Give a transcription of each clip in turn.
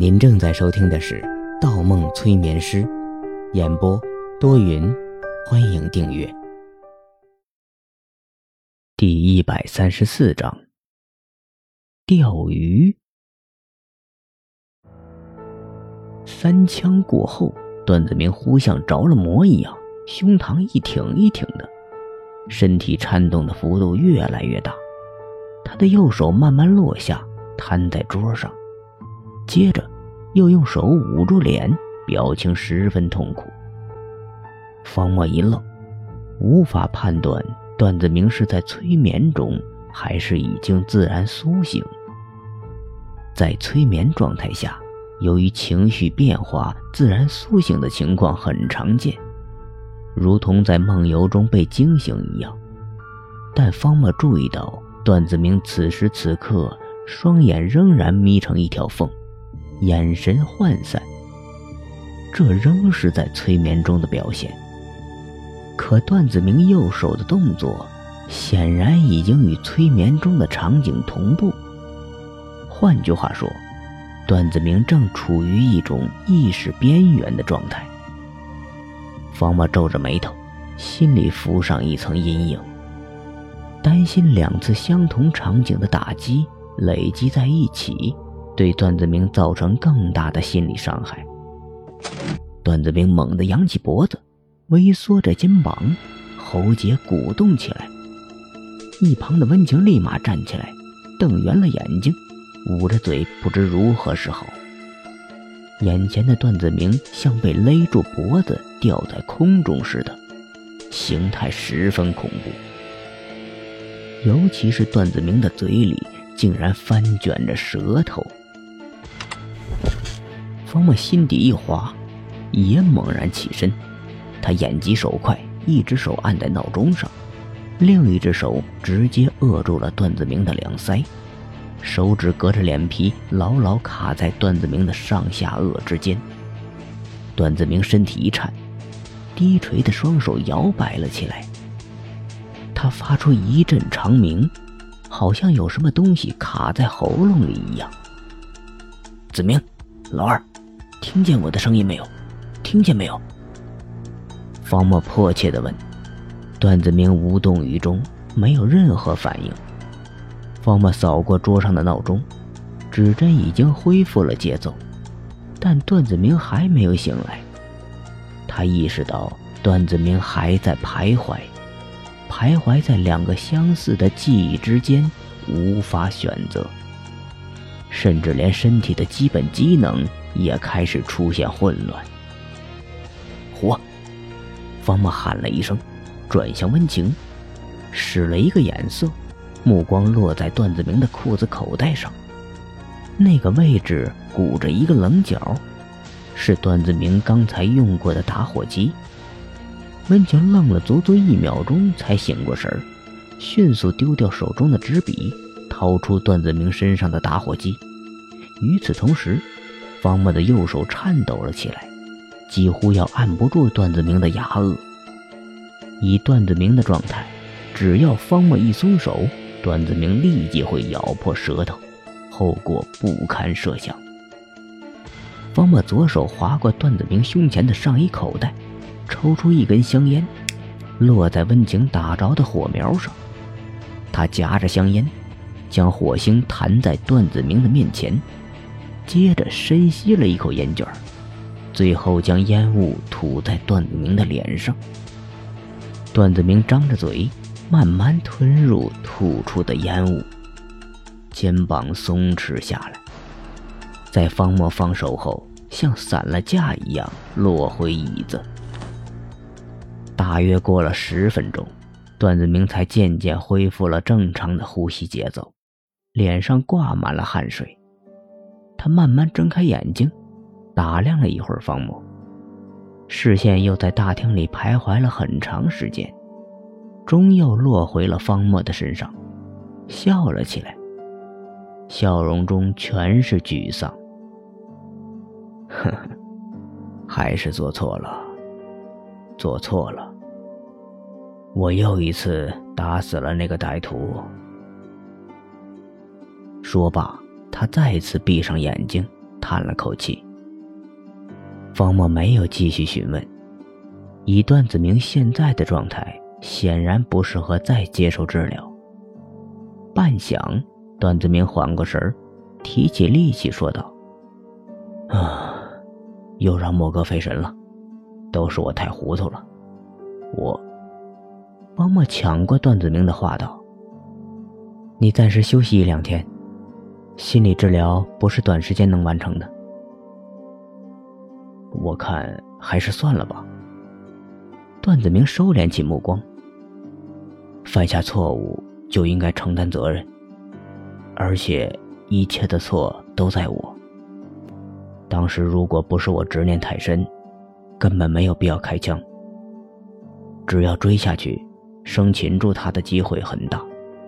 您正在收听的是《盗梦催眠师》，演播多云，欢迎订阅。第134章，钓鱼。3枪过后，段子明忽像着了魔一样，胸膛一挺一挺的，身体颤动的幅度越来越大。他的右手慢慢落下，摊在桌上，接着又用手捂住脸，表情十分痛苦。方墨一愣，无法判断段子明是在催眠中还是已经自然苏醒。在催眠状态下，由于情绪变化自然苏醒的情况很常见，如同在梦游中被惊醒一样。但方墨注意到段子明此时此刻双眼仍然眯成一条缝，眼神涣散，这仍是在催眠中的表现。可段子明右手的动作显然已经与催眠中的场景同步，换句话说，段子明正处于一种意识边缘的状态。方墨皱着眉头，心里浮上一层阴影，担心2次相同场景的打击累积在一起，对段子明造成更大的心理伤害。段子明猛地扬起脖子，微缩着肩膀，喉结鼓动起来。一旁的温情立马站起来，瞪圆了眼睛，捂着嘴不知如何是好。眼前的段子明像被勒住脖子吊在空中似的，形态十分恐怖。尤其是段子明的嘴里竟然翻卷着舌头。方墨心底一滑，也猛然起身，他眼疾手快，一只手按在闹钟上，另一只手直接扼住了段子明的两腮，手指隔着脸皮牢牢卡在段子明的上下颚之间。段子明身体一颤，低垂的双手摇摆了起来，他发出一阵长鸣，好像有什么东西卡在喉咙里一样。子明，老二，听见我的声音没有？听见没有？方墨迫切地问。段子明无动于衷，没有任何反应。方墨扫过桌上的闹钟，指针已经恢复了节奏，但段子明还没有醒来。他意识到段子明还在徘徊在2个相似的记忆之间，无法选择，甚至连身体的基本机能也开始出现混乱。活！方墨喊了一声，转向温情，使了一个眼色，目光落在段子明的裤子口袋上，那个位置鼓着一个棱角，是段子明刚才用过的打火机。温情愣了足足1秒钟才醒过神儿，迅速丢掉手中的纸笔，掏出段子明身上的打火机。与此同时，方墨的右手颤抖了起来，几乎要按不住段子明的牙颚。以段子明的状态，只要方墨一松手，段子明立即会咬破舌头，后果不堪设想。方墨左手划过段子明胸前的上衣口袋，抽出一根香烟，落在温情打着的火苗上。他夹着香烟，将火星弹在段子明的面前，接着深吸了一口烟卷，最后将烟雾吐在段子明的脸上。段子明张着嘴，慢慢吞入吐出的烟雾，肩膀松弛下来，在方墨放手后像散了架一样落回椅子。大约过了10分钟，段子明才渐渐恢复了正常的呼吸节奏，脸上挂满了汗水。他慢慢睁开眼睛，打量了一会儿方墨，视线又在大厅里徘徊了很长时间，终又落回了方墨的身上，笑了起来，笑容中全是沮丧。呵呵，还是做错了，我又一次打死了那个歹徒。说罢，他再次闭上眼睛， 叹了口气。方墨没有继续询问，以段子明现在的状态，显然不适合再接受治疗。半晌，段子明缓过神儿，提起力气说道：又让莫哥费神了，都是我太糊涂了。方墨抢过段子明的话道：你暂时休息1-2天，心理治疗不是短时间能完成的。我看还是算了吧。段子明收敛起目光，犯下错误就应该承担责任，而且一切的错都在我。当时如果不是我执念太深，根本没有必要开枪。只要追下去，生擒住他的机会很大。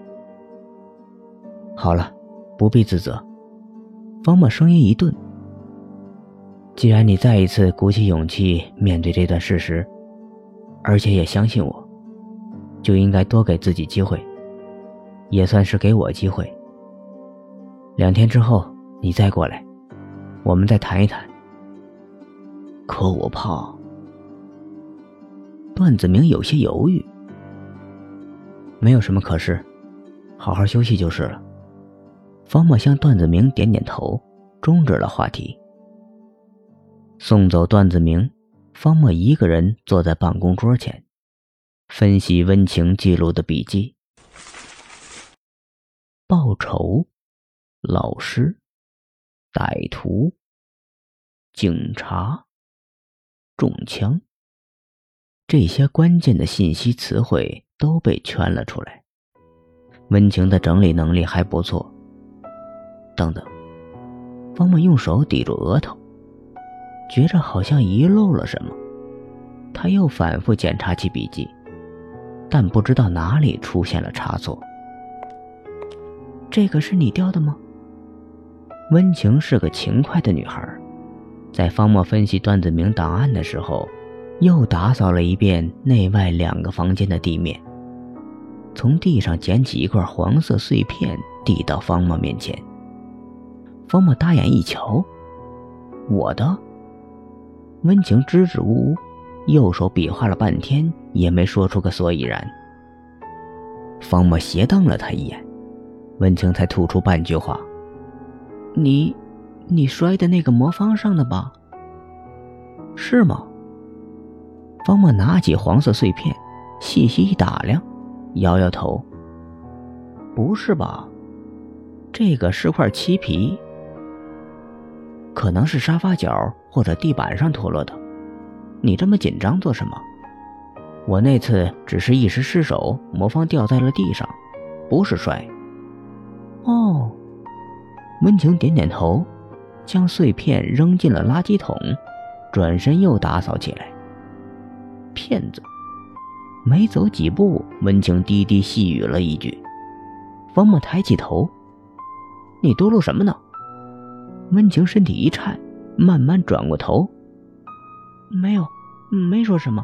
好了，不必自责。方墨声音一顿，既然你再一次鼓起勇气面对这段事实，而且也相信我，就应该多给自己机会，也算是给我机会。2天之后你再过来，我们再谈一谈。可我怕……段子明有些犹豫。没有什么可是，好好休息就是了。方墨向段子明点点头，终止了话题。送走段子明，方墨一个人坐在办公桌前，分析温情记录的笔记。报仇、老师、歹徒、警察、中枪，这些关键的信息词汇都被圈了出来。温情的整理能力还不错。等等，方墨用手抵住额头，觉着好像遗漏了什么。他又反复检查起笔记，但不知道哪里出现了差错。这个是你雕的吗？温情是个勤快的女孩，在方墨分析段子明档案的时候，又打扫了一遍内外2个房间的地面，从地上捡起一块黄色碎片递到方墨面前。方墨大眼一瞧，我的？温情支支吾吾，右手比划了半天也没说出个所以然。方墨斜瞪了他一眼，温情才吐出半句话：你摔的那个魔方上的吧？是吗？方墨拿起黄色碎片细细一打量，摇摇头：不是吧，这个是块漆皮，可能是沙发角或者地板上脱落的。你这么紧张做什么？我那次只是一时失手，魔方掉在了地上，不是摔。哦，温情点点头，将碎片扔进了垃圾桶，转身又打扫起来。骗子！没走几步，温情低低细语了一句。方墨抬起头：你嘟噜什么呢？温情身体一颤，慢慢转过头：没有，没说什么。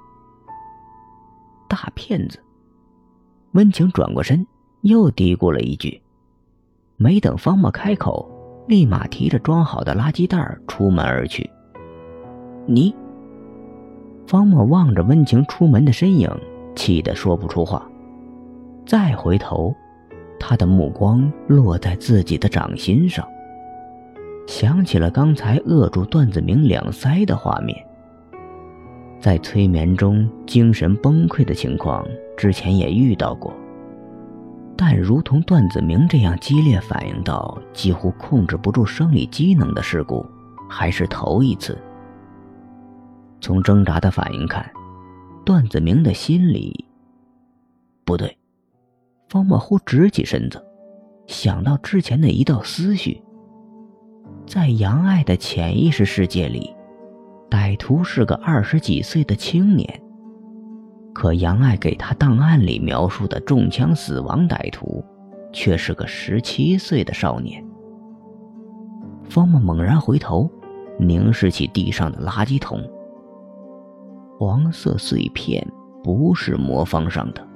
大骗子！温情转过身，又嘀咕了一句。没等方墨开口，立马提着装好的垃圾袋出门而去。你……方墨望着温情出门的身影，气得说不出话。再回头，他的目光落在自己的掌心上，想起了刚才扼住段子明两腮的画面。在催眠中精神崩溃的情况之前也遇到过，但如同段子明这样激烈反应到几乎控制不住生理机能的事故还是头一次。从挣扎的反应看，段子明的心里……不对，方墨忽直起身子，想到之前的一道思绪。在杨爱的潜意识世界里，歹徒是个20几岁的青年，可杨爱给他档案里描述的中枪死亡歹徒却是个17岁的少年。方墨猛然回头，凝视起地上的垃圾桶。黄色碎片不是魔方上的，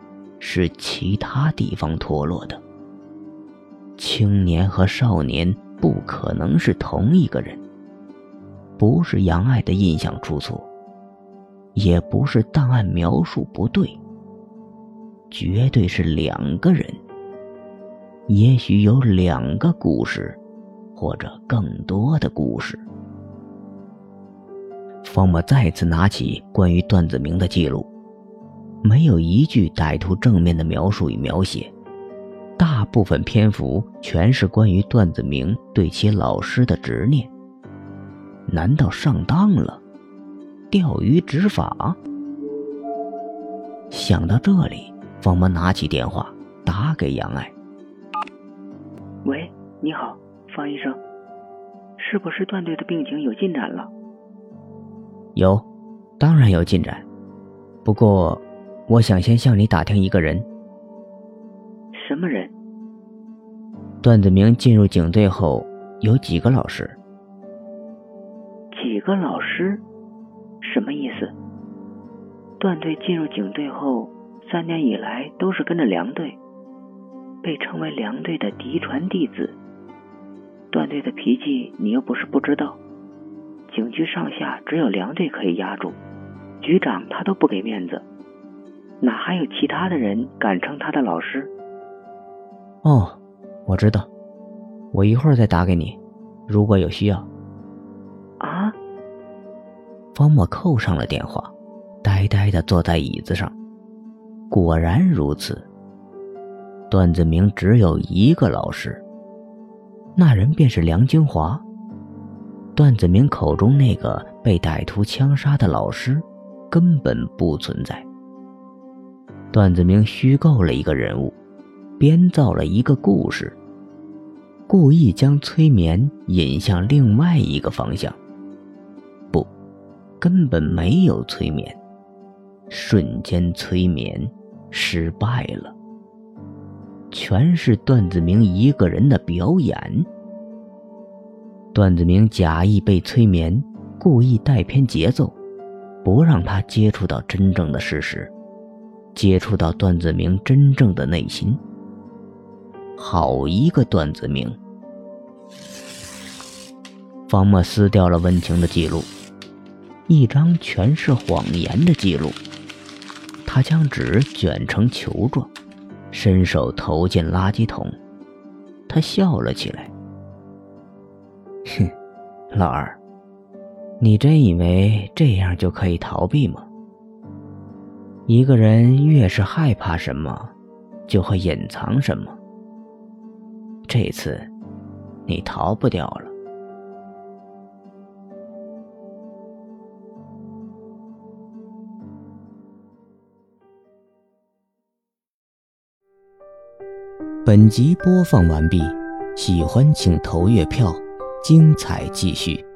是其他地方脱落的。青年和少年不可能是同一个人，不是杨爱的印象出错，也不是档案描述不对，绝对是两个人，也许有两个故事，或者更多的故事。方默再次拿起关于段子明的记录，没有一句歹徒正面的描述与描写，大部分篇幅全是关于段子明对其老师的执念。难道上当了？钓鱼执法？想到这里，方默拿起电话打给杨爱。 喂，你好，方医生，是不是段队的病情有进展了？ 有，当然有进展。不过，我想先向你打听一个人。 什么人？ 段子明进入警队后，有几个老师？ 几个老师？什么意思？段队进入警队后，3年以来都是跟着梁队，被称为梁队的嫡传弟子。段队的脾气你又不是不知道，警局上下只有梁队可以压住，局长他都不给面子，哪还有其他的人敢称他的老师？ 哦，我知道，我一会儿再打给你，如果有需要。 啊？ 方默扣上了电话，呆呆地坐在椅子上。果然如此，段子明只有一个老师，那人便是梁金华。段子明口中那个被歹徒枪杀的老师根本不存在。段子明虚构了一个人物，编造了一个故事，故意将催眠引向另外一个方向。不，根本没有催眠，瞬间催眠失败了，全是段子明一个人的表演。段子明假意被催眠，故意带偏节奏，不让他接触到真正的事实，接触到段子明真正的内心。好一个段子明！方默撕掉了温情的记录，一张全是谎言的记录。他将纸卷成球状，伸手投进垃圾桶。他笑了起来。哼，老二，你真以为这样就可以逃避吗？一个人越是害怕什么，就会隐藏什么。这次，你逃不掉了。本集播放完毕，喜欢请投月票，精彩继续。